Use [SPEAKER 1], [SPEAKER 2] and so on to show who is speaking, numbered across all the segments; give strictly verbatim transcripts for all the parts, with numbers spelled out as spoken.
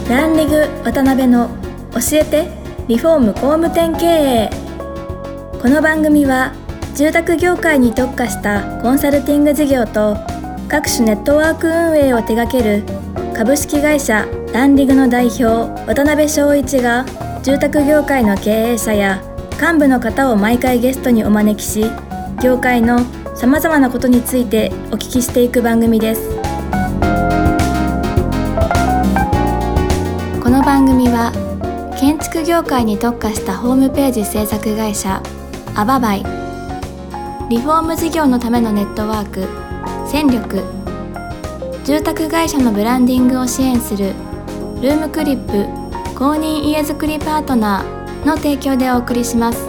[SPEAKER 1] ランリグ渡辺の教えてリフォーム工務店経営。この番組は住宅業界に特化したコンサルティング事業と各種ネットワーク運営を手掛ける株式会社ランリグの代表渡辺翔一が住宅業界の経営者や幹部の方を毎回ゲストにお招きし、業界のさまざまなことについてお聞きしていく番組です。この番組は建築業界に特化したホームページ制作会社アババイ、リフォーム事業のためのネットワーク戦力、住宅会社のブランディングを支援するルームクリップ公認家づくりパートナーの提供でお送りします。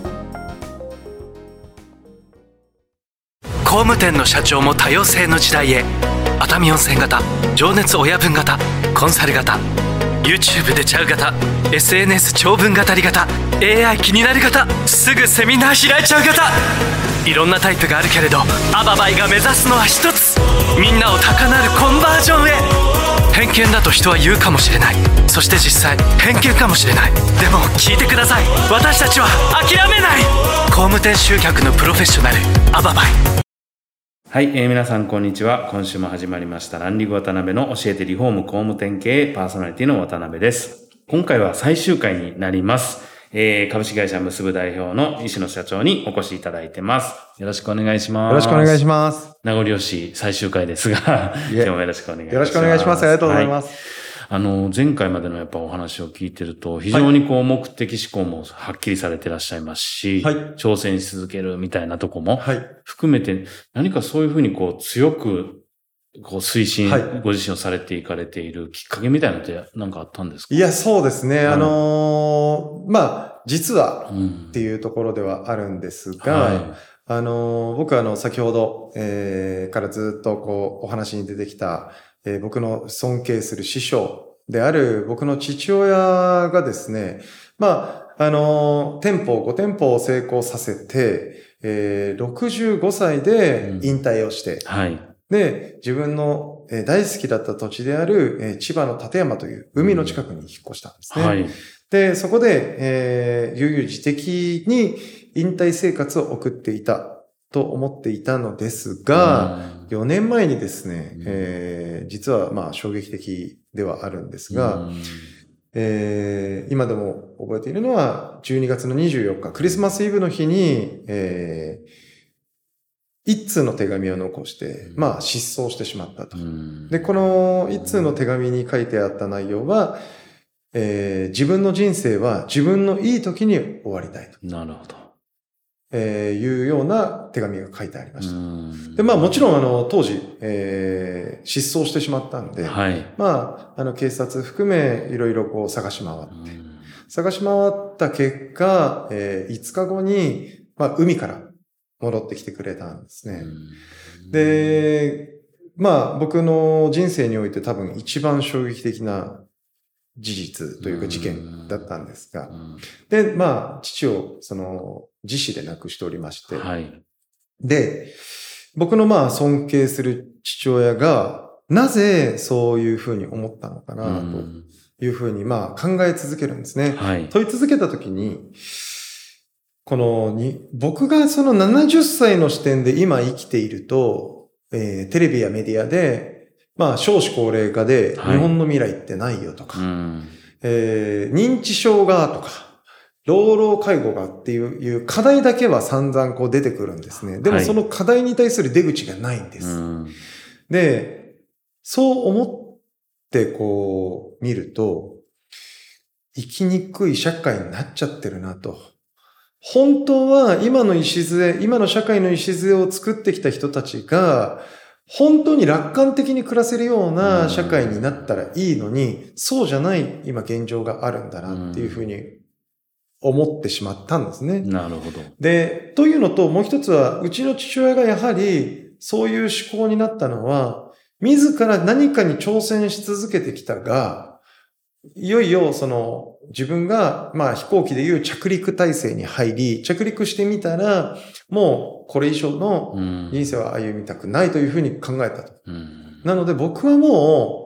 [SPEAKER 2] 工務店の社長も多様性の時代へ。熱海温泉型、情熱親分型、コンサル型、 YouTube 出ちゃう型、 エスエヌエス 長文語り型、 エーアイ 気になる型、すぐセミナー開いちゃう型、いろんなタイプがあるけれどアババイが目指すのは一つ、みんなを高鳴るコンバージョンへ。偏見だと人は言うかもしれない、そして実際偏見かもしれない。でも聞いてください、私たちは諦めない。工務店集客のプロフェッショナルアババイ。
[SPEAKER 3] はい、えー、皆さんこんにちは。今週も始まりましたランリグ渡辺の教えてリフォーム工務店経営、パーソナリティの渡辺です。今回は最終回になります。えー、株式会社結ぶ代表の石野社長にお越しいただいてます。よろしくお願いします。
[SPEAKER 4] よろしくお願いします。
[SPEAKER 3] 名残惜しい最終回ですが、今日もよろしくお願いします。
[SPEAKER 4] よろしくお願いします。ありがとうございます。
[SPEAKER 3] はい、あの、前回までのやっぱお話を聞いてると、非常にこう目的思考もはっきりされてらっしゃいますし、はい、挑戦し続けるみたいなとこも含めて、何かそういうふうにこう強くこう推進、はい、ご自身をされていかれているきっかけみたいなのって何かあったんですか？
[SPEAKER 4] いや、そうですね。うん、あのー、まあ、実はっていうところではあるんですが、うんはい、あのー、僕はあの、先ほど、えー、からずっとこう、お話に出てきた、えー、僕の尊敬する師匠である僕の父親がですね、まあ、あのー、店舗、ご店舗を成功させて、えー、ろくじゅうごさいで引退をして、うんはい、で、自分の大好きだった土地である千葉の館山という海の近くに引っ越したんですね。うんはい、で、そこで、えー、悠々自適に引退生活を送っていたと思っていたのですが、うん、よねんまえにですね、うんえー、実はまあ衝撃的ではあるんですが、うんえー、今でも覚えているのはじゅうにがつのにじゅうよっか、クリスマスイブの日に、えー一通の手紙を残して、まあ失踪してしまったと。で、この一通の手紙に書いてあった内容は、えー、自分の人生は自分のいい時に終わりたいと。
[SPEAKER 3] なるほど。
[SPEAKER 4] えー、いうような手紙が書いてありました。で、まあもちろんあの当時、えー、失踪してしまったんで、はい、まああの警察含めいろいろこう探し回って、探し回った結果、えー、いつかごに、まあ海から戻ってきてくれたんですね。で、まあ僕の人生において多分一番衝撃的な事実というか事件だったんですが、で、まあ父をその自死で亡くしておりまして、はい、で、僕のまあ尊敬する父親がなぜそういうふうに思ったのかなというふうにまあ考え続けるんですね。はい、問い続けたときに、このに、僕がそのななじゅっさいの視点で今生きていると、えー、テレビやメディアで、まあ少子高齢化で日本の未来ってないよとか、はいうんえー、認知症がとか、老老介護がっていう、いう課題だけは散々こう出てくるんですね。でもその課題に対する出口がないんです。はい、で、そう思ってこう見ると、生きにくい社会になっちゃってるなと。本当は今の礎、今の社会の礎を作ってきた人たちが、本当に楽観的に暮らせるような社会になったらいいのに、そうじゃない今現状があるんだなっていうふうに思ってしまったんですね。
[SPEAKER 3] なるほど。
[SPEAKER 4] で、というのともう一つは、うちの父親がやはりそういう思考になったのは、自ら何かに挑戦し続けてきたが、いよいよその自分がまあ飛行機でいう着陸体制に入り、着陸してみたらもうこれ以上の人生は歩みたくないというふうに考えたと。うん、なので僕はもう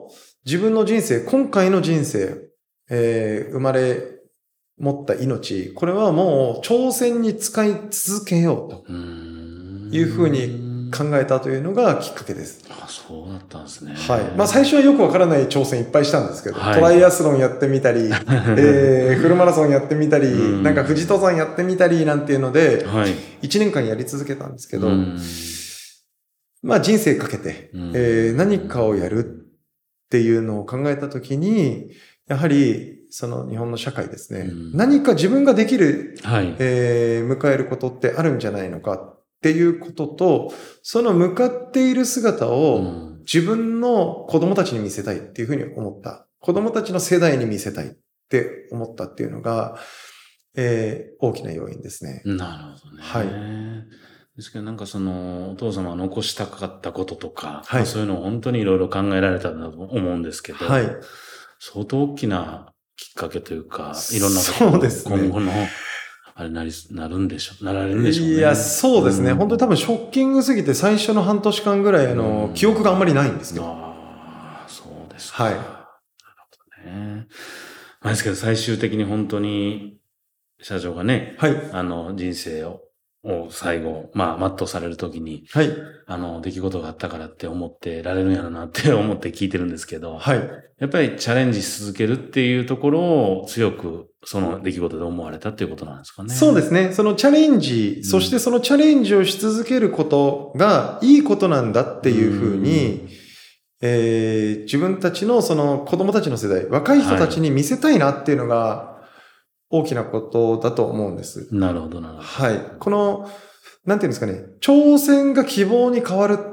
[SPEAKER 4] 自分の人生、今回の人生、えー、生まれ持った命、これはもう挑戦に使い続けようというふうに考えたというのがきっかけです。
[SPEAKER 3] あ、そうだったんですね。
[SPEAKER 4] はい。まあ最初はよくわからない挑戦いっぱいしたんですけど、はい、トライアスロンやってみたり、えー、フルマラソンやってみたり、なんか富士登山やってみたりなんていうので、はい、いちねんかんやり続けたんですけど、まあ人生かけて、えー、何かをやるっていうのを考えたときに、やはり、その日本の社会ですね、うん、何か自分ができる、はい、えー、迎えることってあるんじゃないのかっていうことと、その向かっている姿を自分の子供たちに見せたいっていうふうに思った。子供たちの世代に見せたいって思ったっていうのが、えー、大きな要因ですね。
[SPEAKER 3] なるほどね。はい。ですけどなんかそのお父様が残したかったこととか、はい、そういうのを本当にいろいろ考えられたんだと思うんですけど、はい、相当大きなきっかけというか、いろんなことが今後の、あれなり、なるんでしょう、なられるんでしょうね。
[SPEAKER 4] いや、そうですね。うん、本当に多分ショッキングすぎて最初の半年間ぐらい、あの、うん、記憶があんまりないんですよ。
[SPEAKER 3] ああ、そうですか。
[SPEAKER 4] はい。なる
[SPEAKER 3] ほどね。まあですけど最終的に本当に、社長がね、はい。あの、人生を、を最後、まあ、全うされるときに、はい。あの、出来事があったからって思ってられるんやろなって思って聞いてるんですけど、はい。やっぱりチャレンジし続けるっていうところを強く、その出来事で思われたっていうことなんですかね。
[SPEAKER 4] そうですね。そのチャレンジ、うん、そしてそのチャレンジをし続けることがいいことなんだっていうふうに、んえー、自分たちのその子供たちの世代、若い人たちに見せたいなっていうのが、はい大きなことだと思うんです。
[SPEAKER 3] なるほど、なるほど。
[SPEAKER 4] はい。この、なんていうんですかね、挑戦が希望に変わるって、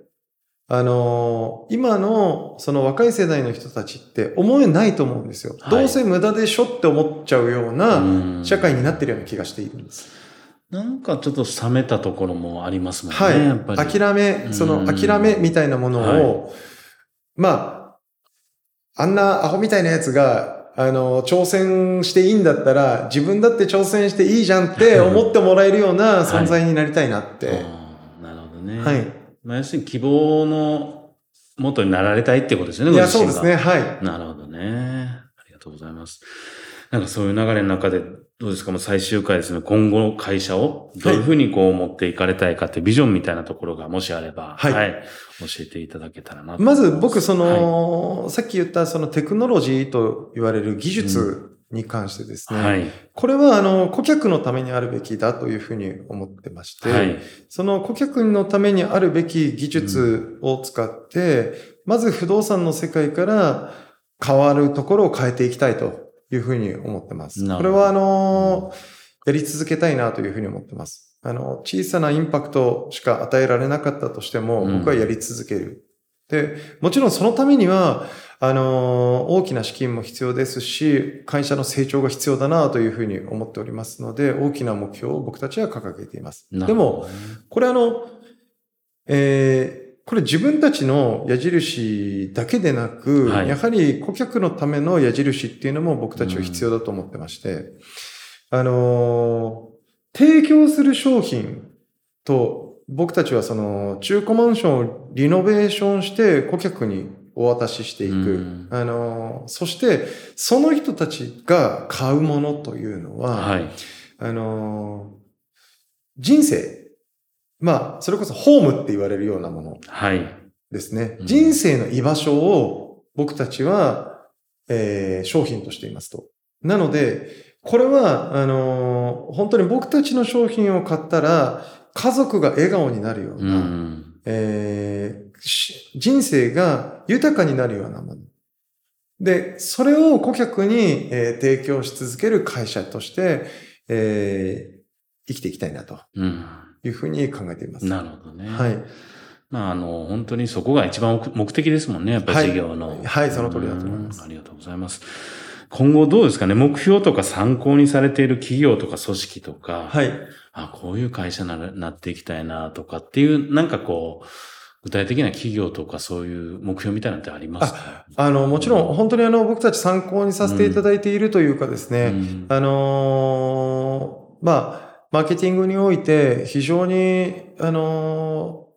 [SPEAKER 4] あのー、今のその若い世代の人たちって思えないと思うんですよ。はい、どうせ無駄でしょって思っちゃうような社会になってるような気がしているんです。
[SPEAKER 3] なんかちょっと冷めたところもありますもんね。
[SPEAKER 4] はい。
[SPEAKER 3] やっぱり
[SPEAKER 4] 諦め、その諦めみたいなものを、はい、まあ、あんなアホみたいなやつが、あの、挑戦していいんだったら、自分だって挑戦していいじゃんって思ってもらえるような存在になりたいなって。はい、
[SPEAKER 3] なるほどね。
[SPEAKER 4] はい。
[SPEAKER 3] まあ、要するに希望の元になられたいってことですよね、
[SPEAKER 4] いや、そうですね。はい。
[SPEAKER 3] なるほどね。ありがとうございます。なんかそういう流れの中で、どうですかもう最終回ですね、今後の会社をどういうふうにこう持っていかれたいかってビジョンみたいなところがもしあれば、はい。はい、教えていただけたらなと。
[SPEAKER 4] まず僕その、はい、さっき言ったそのテクノロジーと言われる技術に関してですね、うん、はい。これはあの、顧客のためにあるべきだというふうに思ってまして、はい。その顧客のためにあるべき技術を使って、うん、まず不動産の世界から変わるところを変えていきたいと。いうふうに思ってます。これはあの、やり続けたいなというふうに思ってます。あの、小さなインパクトしか与えられなかったとしても、僕はやり続ける。で、もちろんそのためには、あの、大きな資金も必要ですし、会社の成長が必要だなというふうに思っておりますので、大きな目標を僕たちは掲げています。でも、これあの、えー、これ自分たちの矢印だけでなく、はい、やはり顧客のための矢印っていうのも僕たちは必要だと思ってまして、うん、あのー、提供する商品と僕たちはその中古マンションをリノベーションして顧客にお渡ししていく。うん、あのー、そしてその人たちが買うものというのは、はい、あのー、人生、まあ、それこそホームって言われるようなものですね。はいうん、人生の居場所を僕たちは、えー、商品としていますと。なので、これは、あのー、本当に僕たちの商品を買ったら、家族が笑顔になるような、うんえー、人生が豊かになるようなもの。で、それを顧客に、えー、提供し続ける会社として、えー、生きていきたいなと。うんいうふうに考えています。
[SPEAKER 3] なるほどね。
[SPEAKER 4] はい。
[SPEAKER 3] まあ、あの、本当にそこが一番目的ですもんね。やっぱり事業の。
[SPEAKER 4] はい、はい、その通りだと思います。
[SPEAKER 3] ありがとうございます。今後どうですかね目標とか参考にされている企業とか組織とか。はい。あ、こういう会社に な, なっていきたいなとかっていう、なんかこう、具体的な企業とかそういう目標みたいなのってありますか？
[SPEAKER 4] あ、あの、もちろん本当にあの、僕たち参考にさせていただいているというかですね、うん、あのー、まあ、マーケティングにおいて非常に、あの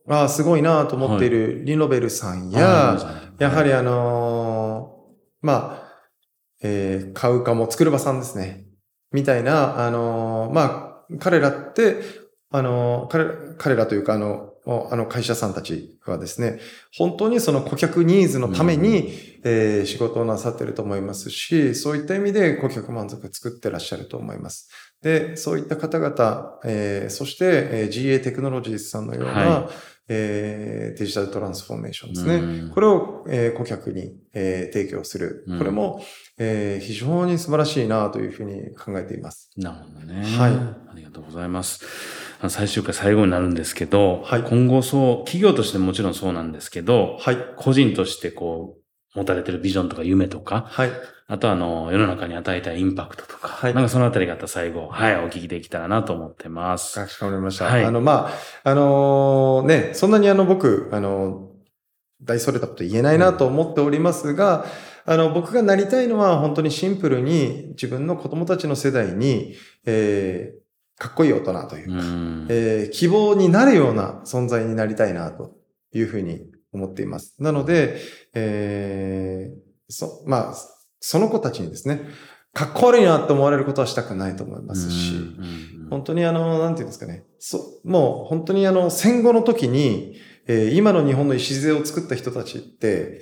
[SPEAKER 4] あすごいなと思っているリノベルさんや、はい、やはりあのー、まあ、えー、買うかも作る場さんですね。みたいな、あのー、まあ、彼らって、あのー、彼、彼らというか、あの、あの会社さんたちはですね、本当にその顧客ニーズのために、うんえー、仕事をなさっていると思いますし、そういった意味で顧客満足作ってらっしゃると思います。で、そういった方々、えー、そして、えー、ジーエー テクノロジーズさんのような、はいえー、デジタルトランスフォーメーションですね。うん、これを、えー、顧客に、えー、提供する。これも、うんえー、非常に素晴らしいなというふうに考えています。
[SPEAKER 3] なるほどね。はい。ありがとうございます。最終回最後になるんですけど、はい、今後そう、企業としてもちろんそうなんですけど、はい、個人としてこう、持たれてるビジョンとか夢とか、はい、あとはあの、世の中に与えたいインパクトとか、はい、なんかそのあたりがあったら最後、はい、お聞きできたらなと思ってます。
[SPEAKER 4] かしこまりました。はい、あの、まあ、あのー、ね、そんなにあの、僕、あの、大それたこと言えないなと思っておりますが、うん、あの、僕がなりたいのは本当にシンプルに自分の子供たちの世代に、えー、かっこいい大人というか、うんえー、希望になるような存在になりたいなというふうに思っています。なので、えー、そ、まあ、その子たちにですね、かっこ悪いなと思われることはしたくないと思いますし、うんうん、本当にあの、なんていうんですかね、そ、もう本当にあの、戦後の時に、えー、今の日本の礎を作った人たちって、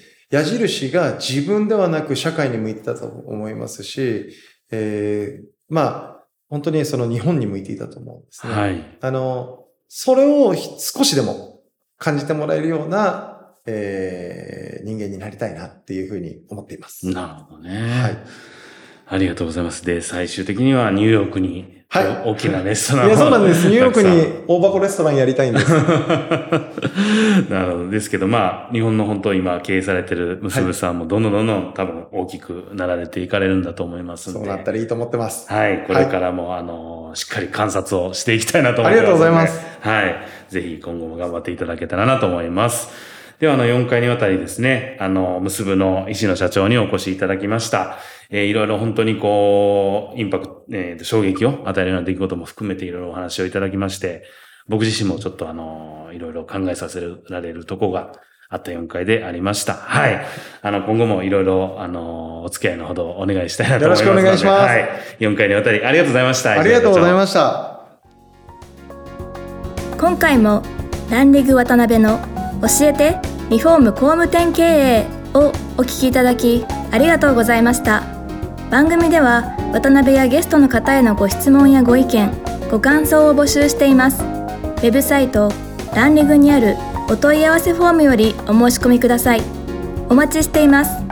[SPEAKER 4] 矢印が自分ではなく社会に向いてたと思いますし、えー、まあ、本当にその日本に向いていたと思うんですね。はい。あの、それを少しでも感じてもらえるような、えー、人間になりたいなっていうふうに思っています。
[SPEAKER 3] なるほどね。はい。ありがとうございます。で、最終的にはニューヨークに、はい。大きなレストランを。
[SPEAKER 4] いや、そうなんです。ニューヨークに大箱レストランやりたいんです。
[SPEAKER 3] なるほど。ですけど、まあ、日本の本当今経営されてるむすぶさんもどんどんどんどん多分大きくなられていかれるんだと思いますので。
[SPEAKER 4] そうなったらいいと思ってます。
[SPEAKER 3] はい。これからも、はい、あの、しっかり観察をしていきたいなと思います。
[SPEAKER 4] ありがとうございます。
[SPEAKER 3] はい。ぜひ今後も頑張っていただけたらなと思います。では、あの、よんかいにわたりですね、あの、むすぶの石野社長にお越しいただきました。えー、いろいろ本当にこう、インパクト、えー、衝撃を与えるような出来事も含めていろいろお話をいただきまして、僕自身もちょっとあの、いろいろ考えさせられるとこがあったよんかいでありました。はい。あの、今後もいろいろ、あの、お付き合いのほどお願いしたいなと思いますので。
[SPEAKER 4] よろしくお願いします。
[SPEAKER 3] はい。よんかいにわたりありがとうございました。
[SPEAKER 4] ありがとうございました。
[SPEAKER 1] 今回も、ランリグ渡辺の教えてリフォーム工務店経営をお聞きいただきありがとうございました。番組では渡辺やゲストの方へのご質問やご意見、ご感想を募集しています。ウェブサイトランリグにあるお問い合わせフォームよりお申し込みください。お待ちしています。